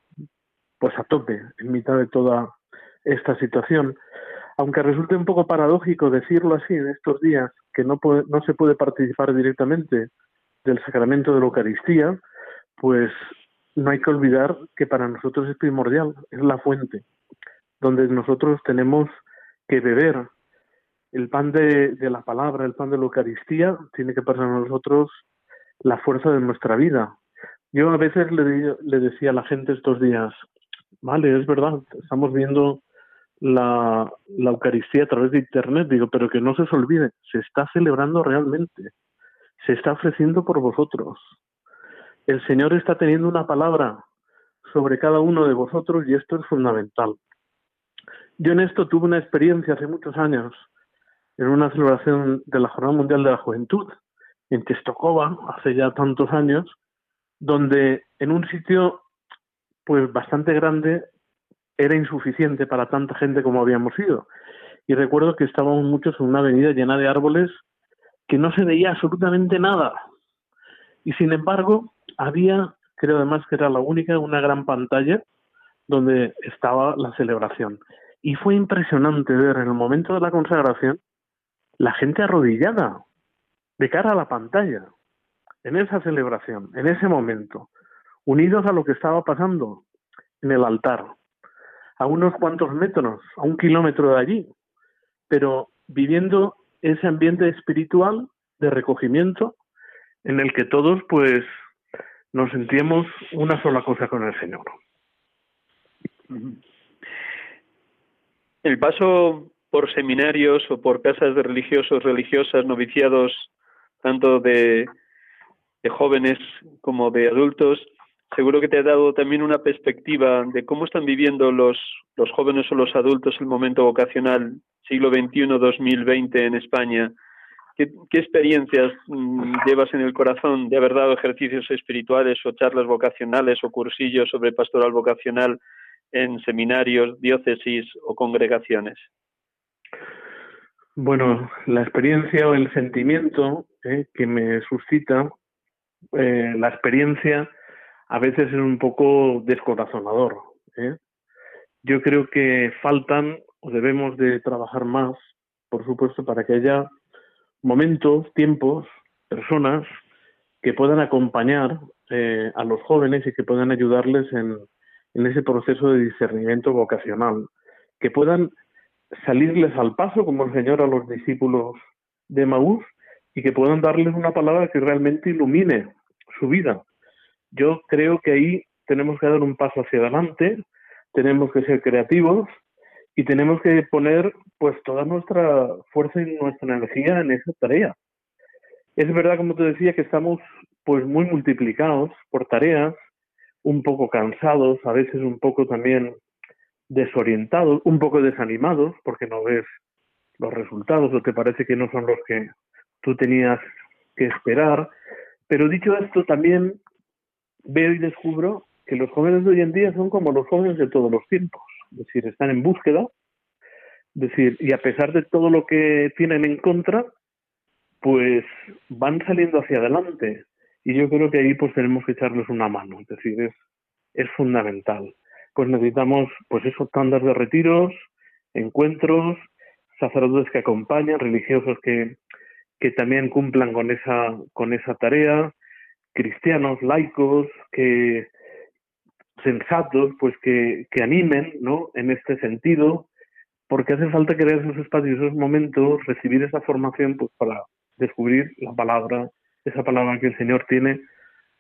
a tope en mitad de toda esta situación. Aunque resulte un poco paradójico decirlo así en estos días, que no se puede participar directamente del sacramento de la Eucaristía, pues no hay que olvidar que para nosotros es primordial, es la fuente, donde nosotros tenemos que beber. El pan de la palabra, el pan de la Eucaristía, tiene que para nosotros la fuerza de nuestra vida. Yo a veces le decía a la gente estos días, vale, es verdad, estamos viendo la Eucaristía a través de Internet, digo, pero que no se os olvide, se está celebrando realmente, se está ofreciendo por vosotros. El Señor está teniendo una palabra sobre cada uno de vosotros y esto es fundamental. Yo en esto tuve una experiencia hace muchos años en una celebración de la Jornada Mundial de la Juventud en Czestochowa, hace ya tantos años, donde en un sitio pues bastante grande era insuficiente para tanta gente como habíamos ido. Y recuerdo que estábamos muchos en una avenida llena de árboles que no se veía absolutamente nada. Y sin embargo, había, creo además que era la única, una gran pantalla donde estaba la celebración. Y fue impresionante ver en el momento de la consagración la gente arrodillada de cara a la pantalla, en esa celebración, en ese momento, unidos a lo que estaba pasando en el altar, a unos cuantos metros, a 1 kilómetro de allí, pero viviendo ese ambiente espiritual de recogimiento en el que todos pues nos sentíamos una sola cosa con el Señor. El paso por seminarios o por casas de religiosos, religiosas, noviciados, tanto de jóvenes como de adultos, seguro que te ha dado también una perspectiva de cómo están viviendo los jóvenes o los adultos el momento vocacional siglo XXI, 2020 en España. ¿Qué experiencias llevas en el corazón de haber dado ejercicios espirituales o charlas vocacionales o cursillos sobre pastoral vocacional en seminarios, diócesis o congregaciones? Bueno, la experiencia o el sentimiento que me suscita la experiencia a veces es un poco descorazonador. Yo creo que faltan o debemos de trabajar más, por supuesto, para que haya momentos, tiempos, personas que puedan acompañar a los jóvenes y que puedan ayudarles en ese proceso de discernimiento vocacional, que puedan salirles al paso como el Señor a los discípulos de Emaús y que puedan darles una palabra que realmente ilumine su vida. Yo creo que ahí tenemos que dar un paso hacia adelante, tenemos que ser creativos y tenemos que poner pues toda nuestra fuerza y nuestra energía en esa tarea. Es verdad, como te decía, que estamos pues muy multiplicados por tareas, un poco cansados, a veces un poco también desorientados, un poco desanimados porque no ves los resultados o te parece que no son los que tú tenías que esperar. Pero dicho esto, también veo y descubro que los jóvenes de hoy en día son como los jóvenes de todos los tiempos, es decir, están en búsqueda, y a pesar de todo lo que tienen en contra, pues van saliendo hacia adelante. Y yo creo que ahí pues tenemos que echarles una mano, es decir, es fundamental. Pues necesitamos pues esos tandas de retiros, encuentros, sacerdotes que acompañan, religiosos que también cumplan con esa tarea, cristianos, laicos, que sensatos, pues que animen, ¿no?, en este sentido, porque hace falta crear esos espacios, esos momentos, recibir esa formación pues para descubrir la palabra, esa palabra que el Señor tiene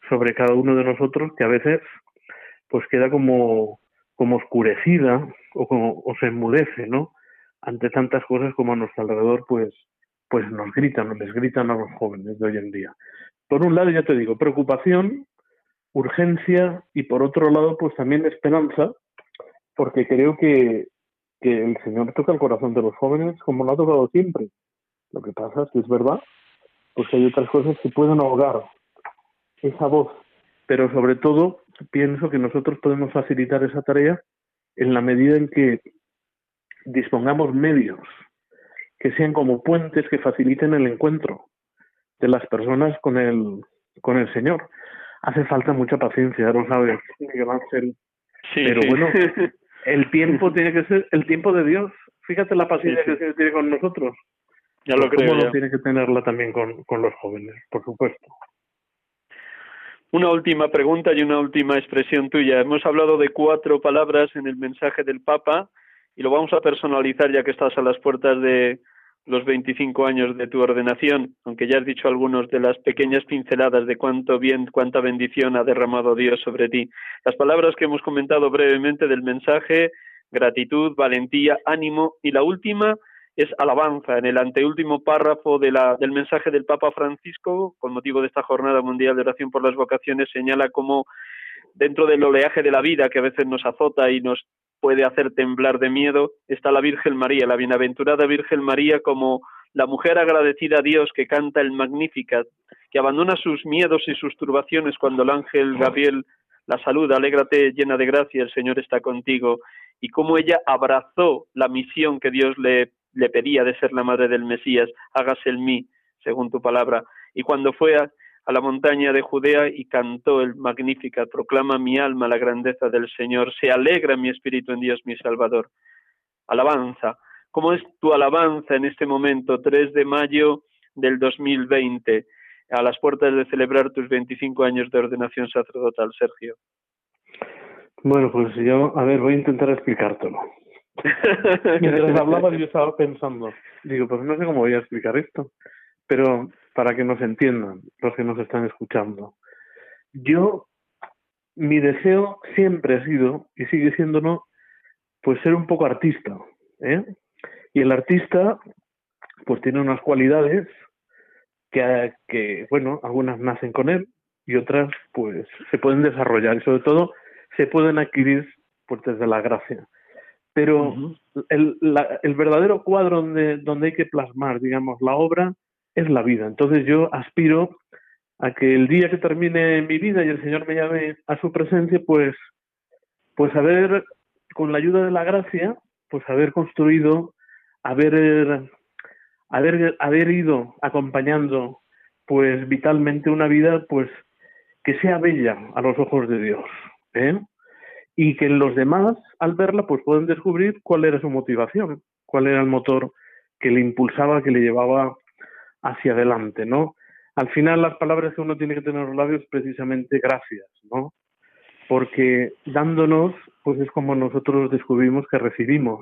sobre cada uno de nosotros, que a veces pues queda como oscurecida o se enmudece, ¿no? Ante tantas cosas como a nuestro alrededor, pues les gritan a los jóvenes de hoy en día. Por un lado, ya te digo, preocupación, urgencia, y por otro lado, pues también esperanza, porque creo que el Señor toca el corazón de los jóvenes como lo ha tocado siempre. Lo que pasa es que es verdad, pues hay otras cosas que pueden ahogar esa voz, pero sobre todo pienso que nosotros podemos facilitar esa tarea en la medida en que dispongamos medios que sean como puentes que faciliten el encuentro de las personas con el Señor. Hace falta mucha paciencia, lo sabes, Miguel Ángel. Sí, pero bueno, el tiempo tiene que ser el tiempo de Dios. Fíjate la paciencia que el Señor tiene con nosotros. Ya lo creo. ¿Cómo no tiene que tenerla también con los jóvenes, por supuesto? Una última pregunta y una última expresión tuya. Hemos hablado de 4 palabras en el mensaje del Papa y lo vamos a personalizar ya que estás a las puertas de los 25 años de tu ordenación, aunque ya has dicho algunos de las pequeñas pinceladas de cuánta bendición ha derramado Dios sobre ti. Las palabras que hemos comentado brevemente del mensaje: gratitud, valentía, ánimo, y la última es alabanza. En el anteúltimo párrafo del mensaje del Papa Francisco, con motivo de esta Jornada Mundial de Oración por las Vocaciones, señala cómo dentro del oleaje de la vida que a veces nos azota y nos puede hacer temblar de miedo, está la Virgen María, la bienaventurada Virgen María, como la mujer agradecida a Dios que canta el Magnificat, que abandona sus miedos y sus turbaciones cuando el ángel Gabriel la saluda: alégrate llena de gracia, el Señor está contigo, y cómo ella abrazó la misión que Dios le pedía de ser la madre del Mesías: hágase en mí, según tu palabra. Y cuando fue a la montaña de Judea y cantó el Magnificat: proclama mi alma la grandeza del Señor, se alegra mi espíritu en Dios mi Salvador. Alabanza. ¿Cómo es tu alabanza en este momento, 3 de mayo del 2020, a las puertas de celebrar tus 25 años de ordenación sacerdotal, Sergio? Bueno, pues yo, voy a intentar explicártelo. Mientras hablabas yo estaba pensando, digo, pues no sé cómo voy a explicar esto, pero para que nos entiendan los que nos están escuchando. Mi deseo siempre ha sido, y sigue siéndolo, pues ser un poco artista, ¿eh? Y el artista pues tiene unas cualidades que bueno, algunas nacen con él y otras pues se pueden desarrollar y sobre todo se pueden adquirir pues desde la gracia. Pero el verdadero cuadro donde hay que plasmar, digamos, la obra es la vida. Entonces yo aspiro a que el día que termine mi vida y el Señor me llame a su presencia, pues haber, con la ayuda de la gracia, pues haber construido, haber ido acompañando pues vitalmente una vida pues que sea bella a los ojos de Dios, ¿eh? Y que los demás, al verla, pues pueden descubrir cuál era su motivación, cuál era el motor que le impulsaba, que le llevaba hacia adelante, ¿no? Al final, las palabras que uno tiene que tener en los labios, precisamente gracias, ¿no? Porque dándonos, pues es como nosotros descubrimos que recibimos.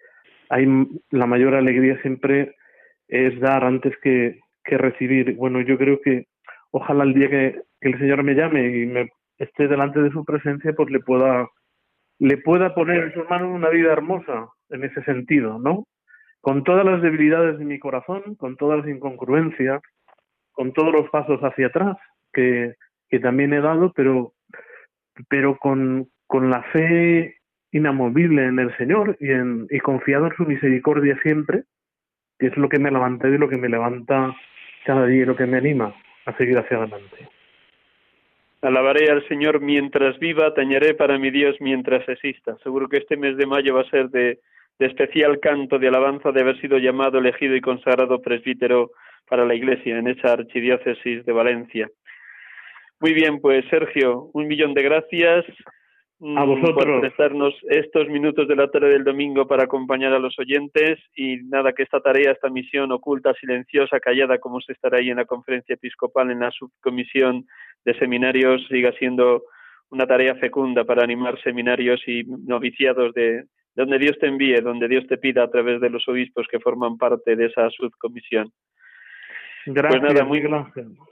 La mayor alegría siempre es dar antes que recibir. Bueno, yo creo que ojalá el día que el Señor me llame y me esté delante de su presencia, pues le pueda poner en sus manos una vida hermosa en ese sentido, ¿no? Con todas las debilidades de mi corazón, con todas las incongruencias, con todos los pasos hacia atrás que también he dado, pero con la fe inamovible en el Señor y confiado en su misericordia siempre, que es lo que me levanta y lo que me levanta cada día y lo que me anima a seguir hacia adelante. Alabaré al Señor mientras viva, tañeré para mi Dios mientras exista. Seguro que este mes de mayo va a ser de especial canto de alabanza de haber sido llamado, elegido y consagrado presbítero para la Iglesia en esa archidiócesis de Valencia. Muy bien, pues Sergio, 1.000.000 de gracias a vosotros por prestarnos estos minutos de la tarde del domingo para acompañar a los oyentes, y nada, que esta tarea, esta misión oculta, silenciosa, callada, como se estará ahí en la conferencia episcopal, en la subcomisión de seminarios, siga siendo una tarea fecunda para animar seminarios y noviciados de donde Dios te envíe, donde Dios te pida a través de los obispos que forman parte de esa subcomisión. Gracias, pues nada, Miguel Ángel.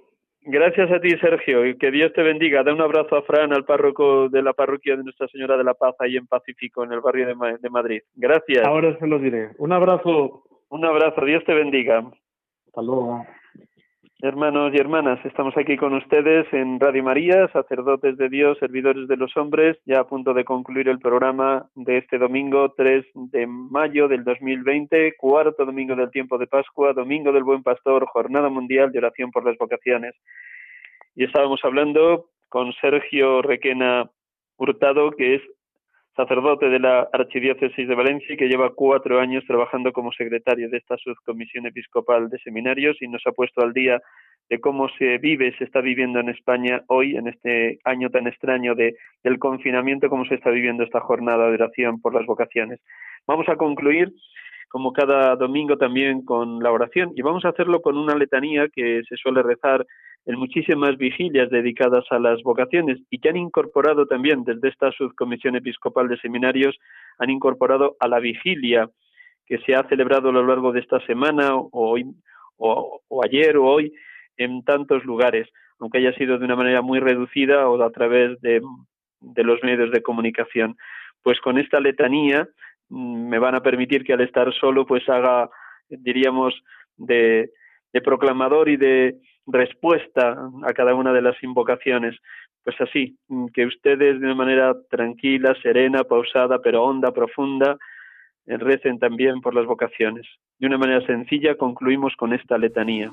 Gracias a ti, Sergio, y que Dios te bendiga. Da un abrazo a Fran, al párroco de la parroquia de Nuestra Señora de la Paz, ahí en Pacífico, en el barrio de Madrid. Gracias. Ahora se lo diré. Un abrazo. Un abrazo, Dios te bendiga. Hasta luego. Hermanos y hermanas, estamos aquí con ustedes en Radio María, sacerdotes de Dios, servidores de los hombres, ya a punto de concluir el programa de este domingo 3 de mayo del 2020, cuarto domingo del tiempo de Pascua, domingo del Buen Pastor, jornada mundial de oración por las vocaciones. Y estábamos hablando con Sergio Requena Hurtado, que es sacerdote de la Archidiócesis de Valencia y que lleva 4 años trabajando como secretario de esta subcomisión episcopal de seminarios, y nos ha puesto al día de cómo se está viviendo en España hoy, en este año tan extraño del confinamiento, cómo se está viviendo esta jornada de oración por las vocaciones. Vamos a concluir, como cada domingo, también con la oración, y vamos a hacerlo con una letanía que se suele rezar en muchísimas vigilias dedicadas a las vocaciones, y que han incorporado también desde esta subcomisión episcopal de seminarios, han incorporado a la vigilia que se ha celebrado a lo largo de esta semana, o ayer o hoy, en tantos lugares, aunque haya sido de una manera muy reducida o a través de los medios de comunicación. Pues con esta letanía me van a permitir que al estar solo pues haga, diríamos, de proclamador y de respuesta a cada una de las invocaciones. Pues así, que ustedes de una manera tranquila, serena, pausada, pero honda, profunda, recen también por las vocaciones. De una manera sencilla concluimos con esta letanía.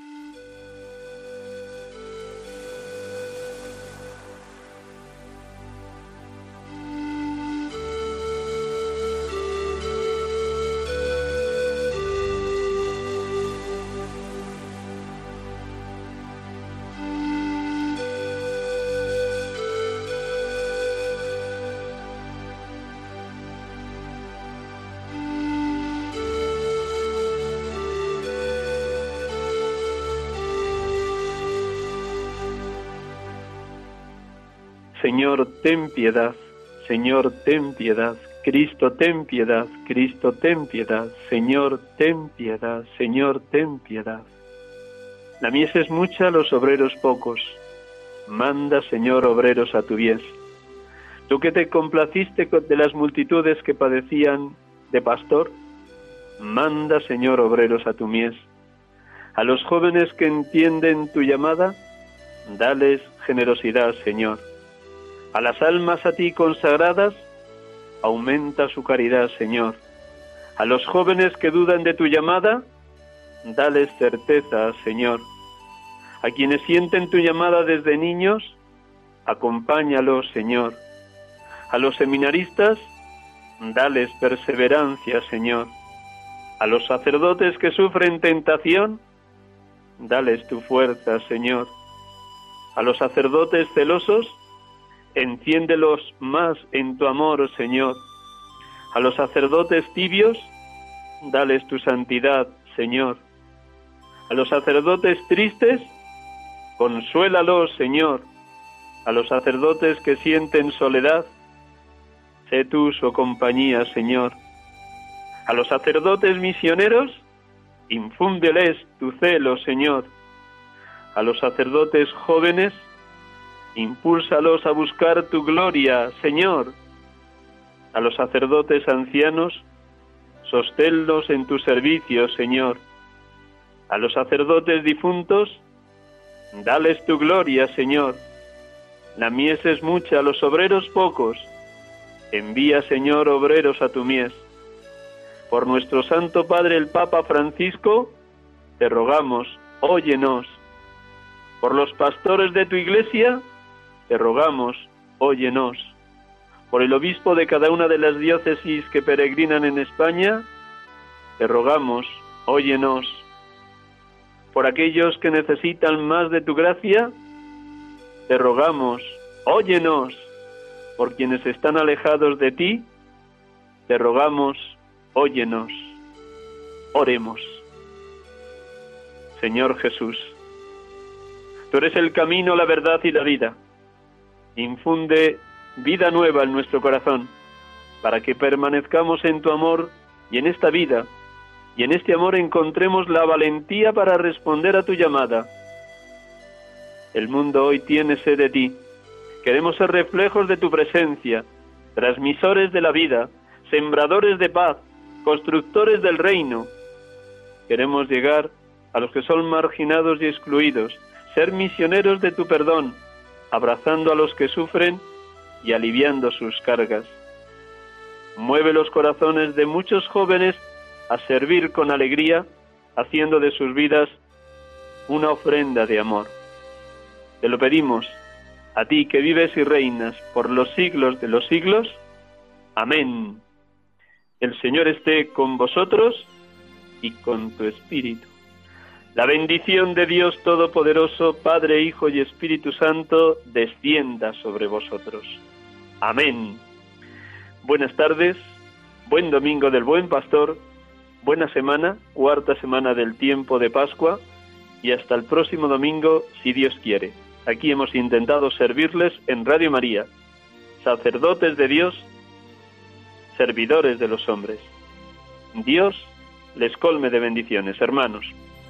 Señor, ten piedad. Señor, ten piedad. Cristo, ten piedad. Cristo, ten piedad. Señor, ten piedad. Señor, ten piedad. La mies es mucha, los obreros pocos. Manda, Señor, obreros a tu mies. Tú que te complaciste de las multitudes que padecían de pastor, manda, Señor, obreros a tu mies. A los jóvenes que entienden tu llamada, dales generosidad, Señor. A las almas a ti consagradas, aumenta su caridad, Señor. A los jóvenes que dudan de tu llamada, dales certeza, Señor. A quienes sienten tu llamada desde niños, acompáñalos, Señor. A los seminaristas, dales perseverancia, Señor. A los sacerdotes que sufren tentación, dales tu fuerza, Señor. A los sacerdotes celosos, enciéndelos más en tu amor, Señor. A los sacerdotes tibios, dales tu santidad, Señor. A los sacerdotes tristes, consuélalos, Señor. A los sacerdotes que sienten soledad, sé tú su compañía, Señor. A los sacerdotes misioneros, infúndeles tu celo, Señor. A los sacerdotes jóvenes, impúlsalos a buscar tu gloria, Señor. A los sacerdotes ancianos, sosténlos en tu servicio, Señor. A los sacerdotes difuntos, dales tu gloria, Señor. La mies es mucha, los obreros pocos. Envía, Señor, obreros a tu mies. Por nuestro Santo Padre el Papa Francisco, te rogamos, óyenos. Por los pastores de tu Iglesia, te rogamos, óyenos. Por el obispo de cada una de las diócesis que peregrinan en España, te rogamos, óyenos. Por aquellos que necesitan más de tu gracia, te rogamos, óyenos. Por quienes están alejados de ti, te rogamos, óyenos. Oremos. Señor Jesús, tú eres el camino, la verdad y la vida. Infunde vida nueva en nuestro corazón, para que permanezcamos en tu amor y en esta vida, y en este amor encontremos la valentía para responder a tu llamada. El mundo hoy tiene sed de ti. Queremos ser reflejos de tu presencia, transmisores de la vida, sembradores de paz, constructores del reino. Queremos llegar a los que son marginados y excluidos, ser misioneros de tu perdón, abrazando a los que sufren y aliviando sus cargas. Mueve los corazones de muchos jóvenes a servir con alegría, haciendo de sus vidas una ofrenda de amor. Te lo pedimos, a ti que vives y reinas por los siglos de los siglos. Amén. El Señor esté con vosotros y con tu espíritu. La bendición de Dios Todopoderoso, Padre, Hijo y Espíritu Santo, descienda sobre vosotros. Amén. Buenas tardes, buen domingo del Buen Pastor, buena semana, cuarta semana del tiempo de Pascua, y hasta el próximo domingo, si Dios quiere. Aquí hemos intentado servirles en Radio María, sacerdotes de Dios, servidores de los hombres. Dios les colme de bendiciones, hermanos.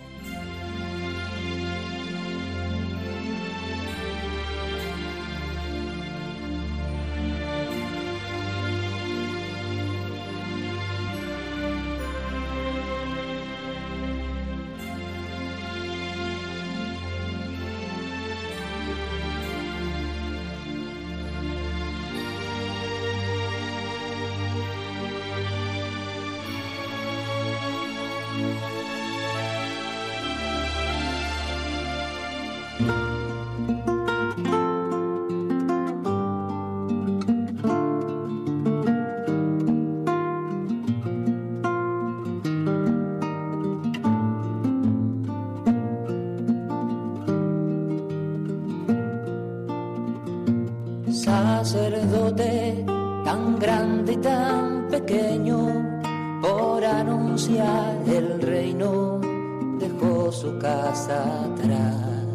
Sacerdote tan grande y tan pequeño, por anunciar el reino, dejó su casa atrás.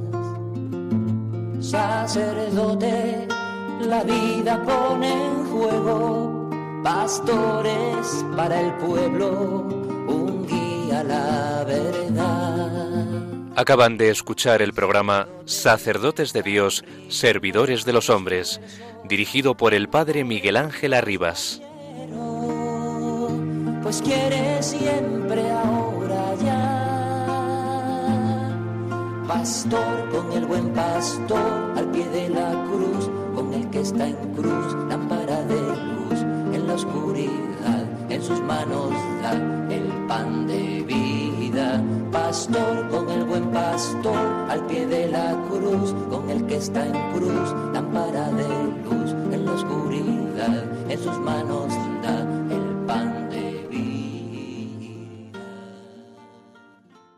Sacerdote, la vida pone en juego, pastores para el pueblo, un guía a la verdad. Acaban de escuchar el programa Sacerdotes de Dios, Servidores de los Hombres, dirigido por el Padre Miguel Ángel Arribas. Pues quiere siempre ahora ya, pastor con el buen pastor, al pie de la cruz, con el que está en cruz, lámpara de luz, en la oscuridad, en sus manos da el pan de vida. Pastor con el buen pastor, al pie de la cruz, con el que está en cruz, lámpara de luz, en la oscuridad, en sus manos